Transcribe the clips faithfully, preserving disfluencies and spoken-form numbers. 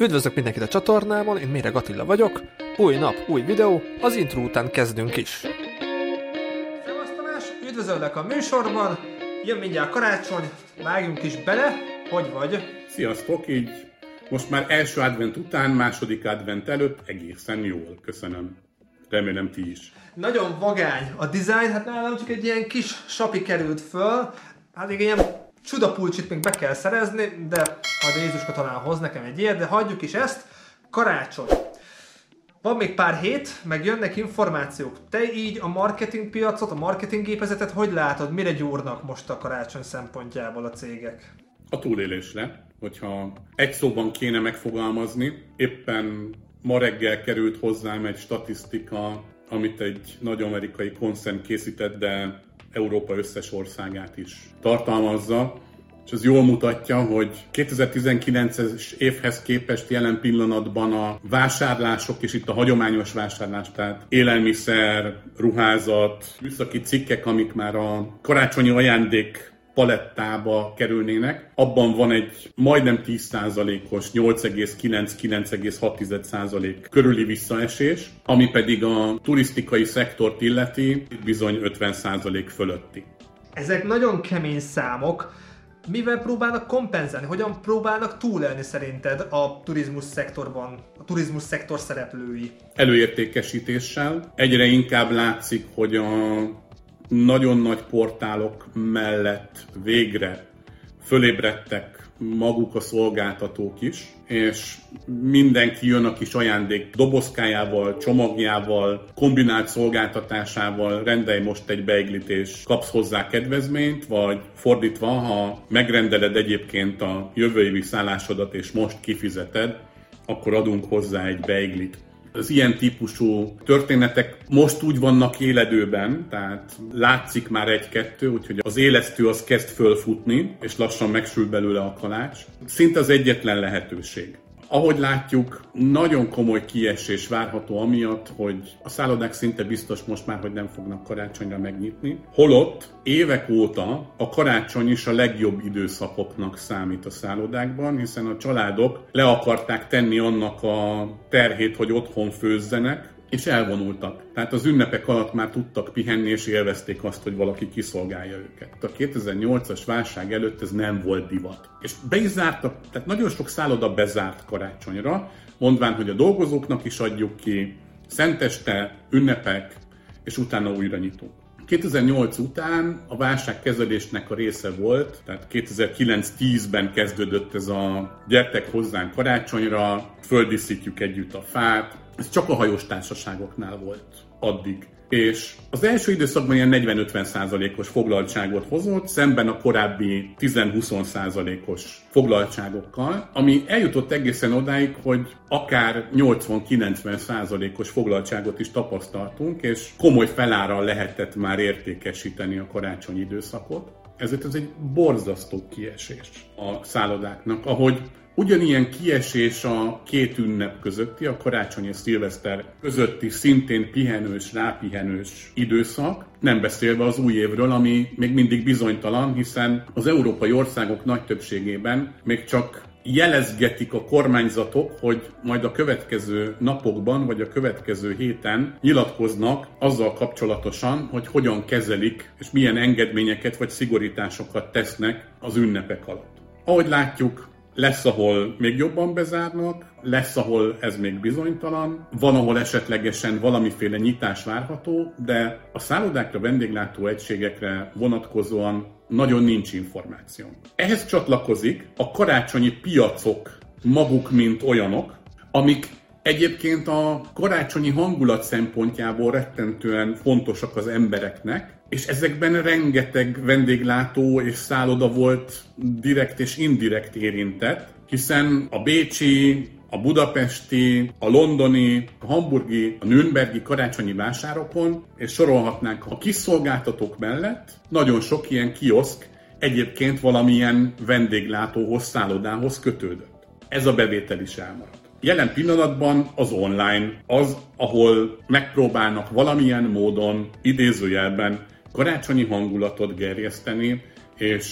Üdvözlök mindenkit a csatornámon, én Méreg Attila vagyok. Új nap, új videó, az intro után kezdünk is. Szevasz Tamás, üdvözöllek a műsorban, jön mindjárt karácsony, vágjunk is bele, hogy vagy? Sziasztok, így most már első advent után, második advent előtt egészen jól, köszönöm. Remélem ti is. Nagyon vagány a design, hát nálam csak egy ilyen kis sapi került föl, hát még ilyen csudapulcsit még be kell szerezni, de majd Jézuska talán hoz nekem egy ilyet, de hagyjuk is ezt. Karácsony. Van még pár hét, meg jönnek információk. Te így a marketing piacot, a marketing gépezetet hogy látod? Mire gyúrnak most a karácsony szempontjából a cégek? A túlélésre, hogyha egy szóban kéne megfogalmazni, éppen ma reggel került hozzám egy statisztika, amit egy nagy amerikai koncern készített, de Európa összes országát is tartalmazza, és ez jól mutatja, hogy kétezer-tizenkilences évhez képest jelen pillanatban a vásárlások, és itt a hagyományos vásárlás, tehát élelmiszer, ruházat, műszaki cikkek, amik már a karácsonyi ajándék palettába kerülnének, abban van egy majdnem tíz százalékos, nyolc egész kilenc - kilenc egész hat százalék körüli visszaesés, ami pedig a turisztikai szektort illeti, bizony ötven százalék fölötti. Ezek nagyon kemény számok. Mivel próbálnak kompenzálni? Hogyan próbálnak túlélni szerinted a turizmus szektorban, a turizmus szektor szereplői? Előértékesítéssel. Egyre inkább látszik, hogy a nagyon nagy portálok mellett végre fölébredtek maguk a szolgáltatók is, és mindenki jön a kis ajándék dobozkájával, csomagjával, kombinált szolgáltatásával, rendelj most egy beiglit és kapsz hozzá kedvezményt, vagy fordítva, ha megrendeled egyébként a jövő évi szállásodat és most kifizeted, akkor adunk hozzá egy beiglit. Az ilyen típusú történetek most úgy vannak éledőben, tehát látszik már egy-kettő, úgyhogy az élesztő az kezd fölfutni, és lassan megsül belőle a kalács. Szinte az egyetlen lehetőség. Ahogy látjuk, nagyon komoly kiesés várható amiatt, hogy a szállodák szinte biztos most már, hogy nem fognak karácsonyra megnyitni. Holott évek óta a karácsony is a legjobb időszakoknak számít a szállodákban, hiszen a családok le akarták tenni annak a terhét, hogy otthon főzzenek, és elvonultak. Tehát az ünnepek alatt már tudtak pihenni, és élvezték azt, hogy valaki kiszolgálja őket. A kétezer-nyolcas válság előtt ez nem volt divat. És be is zártak, tehát nagyon sok szálloda bezárt karácsonyra, mondván, hogy a dolgozóknak is adjuk ki, szenteste, ünnepek, és utána újra nyitunk. kétezer-nyolc után a válságkezelésnek a része volt, tehát kétezer-kilenc-tízben kezdődött ez a gyertek hozzánk karácsonyra, földíszítjük együtt a fát. Ez csak a hajós társaságoknál volt addig. És az első időszakban ilyen negyven-ötven százalékos foglaltságot hozott, szemben a korábbi tíz-húsz százalékos foglaltságokkal, ami eljutott egészen odáig, hogy akár nyolcvan-kilencven százalékos foglaltságot is tapasztaltunk, és komoly felárral lehetett már értékesíteni a karácsonyi időszakot. Ezért ez egy borzasztó kiesés a szállodáknak, ahogy ugyanilyen kiesés a két ünnep közötti, a karácsony és szilveszter közötti szintén pihenős, rápihenős időszak, nem beszélve az új évről, ami még mindig bizonytalan, hiszen az európai országok nagy többségében még csak jelezgetik a kormányzatok, hogy majd a következő napokban vagy a következő héten nyilatkoznak azzal kapcsolatosan, hogy hogyan kezelik és milyen engedményeket vagy szigorításokat tesznek az ünnepek alatt. Ahogy látjuk, lesz, ahol még jobban bezárnak, lesz, ahol ez még bizonytalan, van, ahol esetlegesen valamiféle nyitás várható, de a szállodákra, vendéglátó egységekre vonatkozóan nagyon nincs információ. Ehhez csatlakozik a karácsonyi piacok maguk, mint olyanok, amik egyébként a karácsonyi hangulat szempontjából rettentően fontosak az embereknek, és ezekben rengeteg vendéglátó és szálloda volt direkt és indirekt érintett, hiszen a bécsi, a budapesti, a londoni, a hamburgi, a nürnbergi karácsonyi vásárokon, és sorolhatnánk a kiszolgáltatók mellett, nagyon sok ilyen kioszk egyébként valamilyen vendéglátóhoz, szállodához kötődött. Ez a bevétel is elmaradt. Jelen pillanatban az online az, ahol megpróbálnak valamilyen módon, idézőjelben karácsonyi hangulatot gerjeszteni, és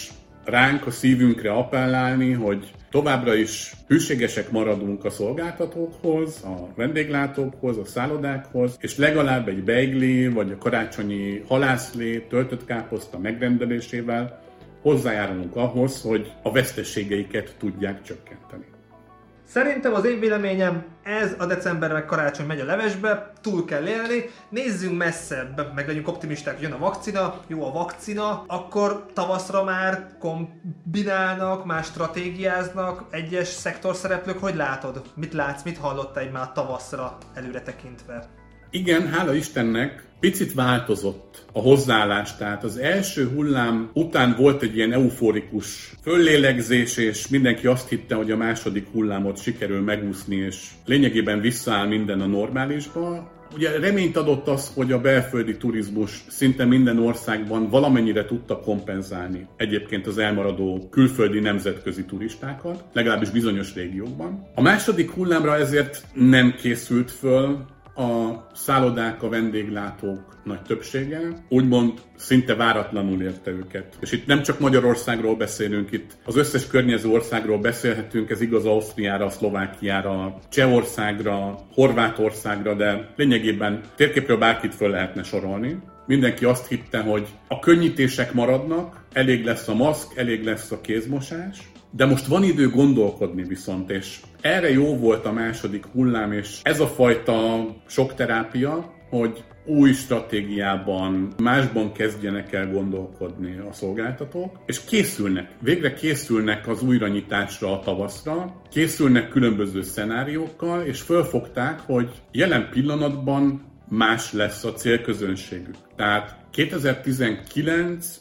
ránk, a szívünkre appellálni, hogy továbbra is hűségesek maradunk a szolgáltatókhoz, a vendéglátókhoz, a szállodákhoz, és legalább egy beigli vagy a karácsonyi halászlé, töltött káposzta megrendelésével hozzájárulunk ahhoz, hogy a veszteségeiket tudják csökkenteni. Szerintem az én véleményem, ez a december meg karácsony megy a levesbe, túl kell élni, nézzünk messzebb, meg legyünk optimisták, hogy jön a vakcina, jó a vakcina, akkor tavaszra már kombinálnak, már stratégiáznak egyes szektorszereplők, hogy látod? Mit látsz, mit hallottál egy már tavaszra előre tekintve? Igen, hála Istennek, picit változott a hozzáállás, tehát az első hullám után volt egy ilyen euforikus föllélegzés, és mindenki azt hitte, hogy a második hullámot sikerül megúszni, és lényegében visszaáll minden a normálisba. Ugye reményt adott az, hogy a belföldi turizmus szinte minden országban valamennyire tudta kompenzálni egyébként az elmaradó külföldi nemzetközi turistákat, legalábbis bizonyos régiókban. A második hullámra ezért nem készült föl a szállodák, a vendéglátók nagy többsége, úgymond szinte váratlanul érte őket. És itt nem csak Magyarországról beszélünk, itt az összes környező országról beszélhetünk, ez igaz Ausztriára, Szlovákiára, Csehországra, Horvátországra, de lényegében térképről bárkit föl lehetne sorolni. Mindenki azt hitte, hogy a könnyítések maradnak, elég lesz a maszk, elég lesz a kézmosás, de most van idő gondolkodni viszont, és erre jó volt a második hullám, és ez a fajta sokterápia, hogy új stratégiában, másban kezdjenek el gondolkodni a szolgáltatók, és készülnek, végre készülnek az újranyitásra a tavaszra, készülnek különböző szenáriókkal, és fölfogták, hogy jelen pillanatban más lesz a célközönségük. Tehát kétezer-tizenkilenc,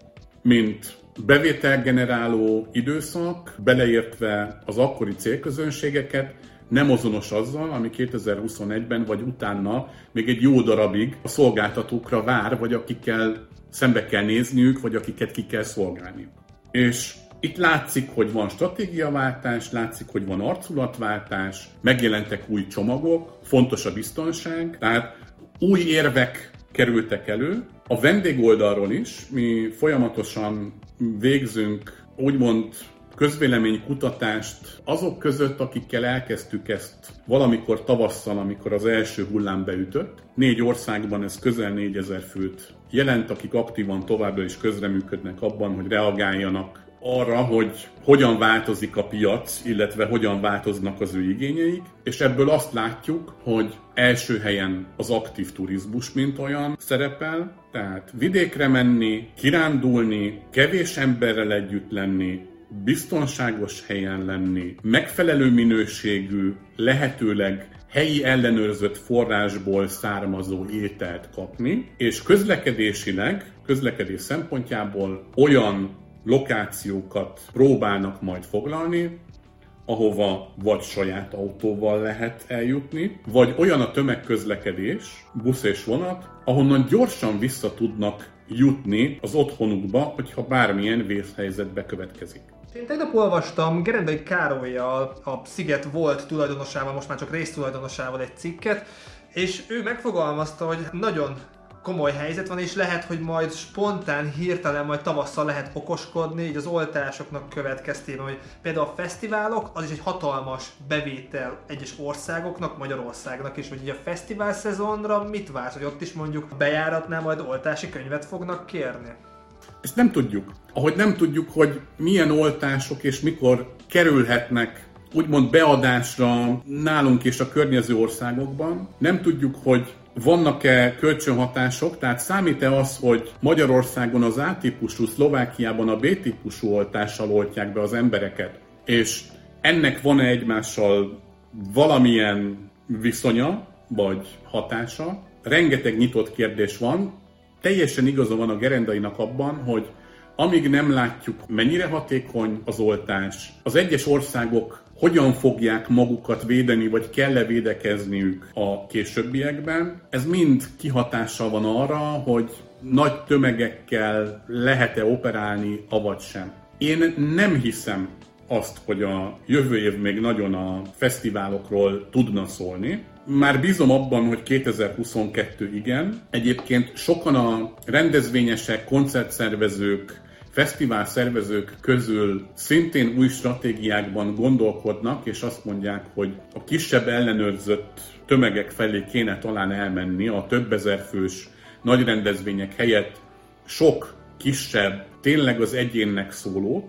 mint bevételgeneráló időszak, beleértve az akkori célközönségeket, nem azonos azzal, ami kétezer-huszonegyben vagy utána még egy jó darabig a szolgáltatókra vár, vagy akikkel szembe kell nézniük, vagy akiket ki kell szolgálniuk. És itt látszik, hogy van stratégiaváltás, látszik, hogy van arculatváltás, megjelentek új csomagok, fontos a biztonság, tehát új érvek kerültek elő. A vendégoldalról is mi folyamatosan végzünk úgymond közvéleménykutatást azok között, akikkel elkezdtük ezt valamikor tavasszal, amikor az első hullám beütött. Négy országban ez közel négyezer főt jelent, akik aktívan továbbra is közreműködnek abban, hogy reagáljanak arra, hogy hogyan változik a piac, illetve hogyan változnak az ő igényeik, és ebből azt látjuk, hogy első helyen az aktív turizmus, mint olyan szerepel, tehát vidékre menni, kirándulni, kevés emberrel együtt lenni, biztonságos helyen lenni, megfelelő minőségű, lehetőleg helyi ellenőrzött forrásból származó ételt kapni, és közlekedésileg, közlekedés szempontjából olyan lokációkat próbálnak majd foglalni, ahova vagy saját autóval lehet eljutni, vagy olyan a tömegközlekedés, busz és vonat, ahonnan gyorsan vissza tudnak jutni az otthonukba, hogyha bármilyen vészhelyzet következik. Én tegnap olvastam Gerendai Károlyjal, a Sziget volt tulajdonosával, most már csak résztulajdonosával egy cikket, és ő megfogalmazta, hogy nagyon komoly helyzet van, és lehet, hogy majd spontán, hirtelen, majd tavasszal lehet okoskodni, így az oltásoknak következtében, hogy például a fesztiválok, az is egy hatalmas bevétel egyes országoknak, Magyarországnak is, hogy így a fesztivál szezonra mit vársz, hogy ott is mondjuk bejáratnál majd oltási könyvet fognak kérni? Ezt nem tudjuk. Ahogy nem tudjuk, hogy milyen oltások és mikor kerülhetnek úgymond beadásra nálunk és a környező országokban, nem tudjuk, hogy vannak-e kölcsönhatások, tehát számít-e az, hogy Magyarországon az A-típusú, Szlovákiában a B-típusú oltással oltják be az embereket, és ennek van-e egymással valamilyen viszonya, vagy hatása? Rengeteg nyitott kérdés van. Teljesen igaza van a Gerendainak abban, hogy amíg nem látjuk, mennyire hatékony az oltás, az egyes országok hogyan fogják magukat védeni, vagy kell-e védekezniük a későbbiekben, ez mind kihatással van arra, hogy nagy tömegekkel lehet-e operálni, avagy sem. Én nem hiszem azt, hogy a jövő év még nagyon a fesztiválokról tudna szólni. Már bízom abban, hogy kétezer-huszonkettő igen. Egyébként sokan a rendezvényesek, koncertszervezők, fesztivál szervezők közül szintén új stratégiákban gondolkodnak, és azt mondják, hogy a kisebb ellenőrzött tömegek felé kéne talán elmenni, a több ezer fős nagy rendezvények helyett sok kisebb, tényleg az egyénnek szólót,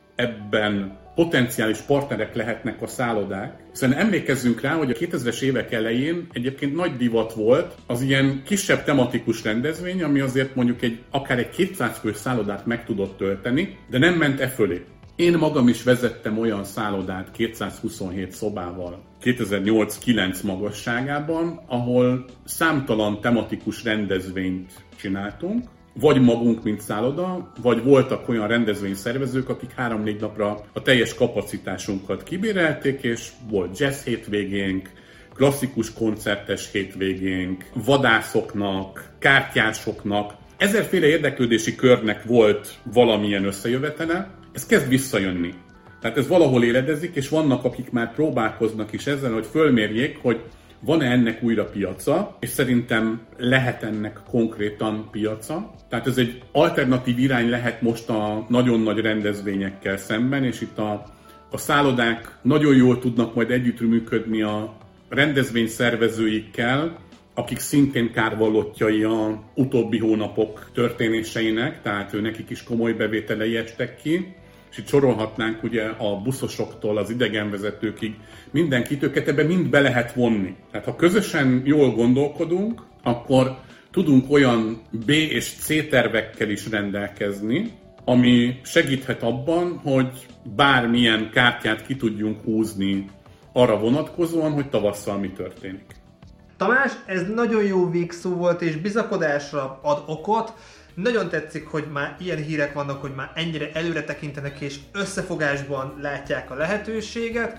ebben potenciális partnerek lehetnek a szállodák. Hiszen emlékezzünk rá, hogy a kétezres évek elején egyébként nagy divat volt az ilyen kisebb tematikus rendezvény, ami azért mondjuk egy, akár egy kétszáz fős szállodát meg tudott tölteni, de nem ment e fölé. Én magam is vezettem olyan szállodát kétszázhuszonhét szobával kétezer-nyolc-kilenc magasságában, ahol számtalan tematikus rendezvényt csináltunk, vagy magunk, mint szálloda, vagy voltak olyan rendezvényszervezők, akik három-négy napra a teljes kapacitásunkat kibérelték, és volt jazz hétvégénk, klasszikus koncertes hétvégénk, vadászoknak, kártyásoknak, ezerféle érdeklődési körnek volt valamilyen összejövetele, ez kezd visszajönni. Tehát ez valahol éledezik, és vannak, akik már próbálkoznak is ezzel, hogy fölmérjék, hogy van-e ennek újra piaca, és szerintem lehet ennek konkrétan piaca. Tehát ez egy alternatív irány lehet most a nagyon nagy rendezvényekkel szemben, és itt a, a szállodák nagyon jól tudnak majd együttműködni a rendezvény szervezőikkel, akik szintén kárvallottjai a utóbbi hónapok történéseinek, tehát ő nekik is komoly bevételei estek ki. És itt sorolhatnánk ugye a buszosoktól az idegenvezetőkig mindenkit, őket ebbe mind be lehet vonni. Tehát ha közösen jól gondolkodunk, akkor tudunk olyan B és C tervekkel is rendelkezni, ami segíthet abban, hogy bármilyen kártyát ki tudjunk húzni arra vonatkozóan, hogy tavasszal mi történik. Tamás, ez nagyon jó végszó volt, és bizakodásra ad okot. Nagyon tetszik, hogy már ilyen hírek vannak, hogy már ennyire előre tekintenek és összefogásban látják a lehetőséget.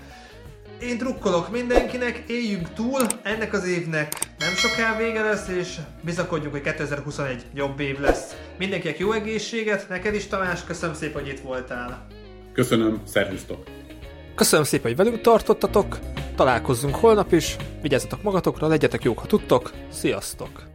Én drukkolok mindenkinek, éljünk túl, ennek az évnek nem soká vége lesz, és bizakodjunk, hogy kétezer-huszonegy jobb év lesz. Mindenkinek jó egészséget, neked is Tamás, köszönöm szépen, hogy itt voltál. Köszönöm, szervusztok! Köszönöm szépen, hogy velünk tartottatok, találkozzunk holnap is, vigyázzatok magatokra, legyetek jók, ha tudtok, sziasztok!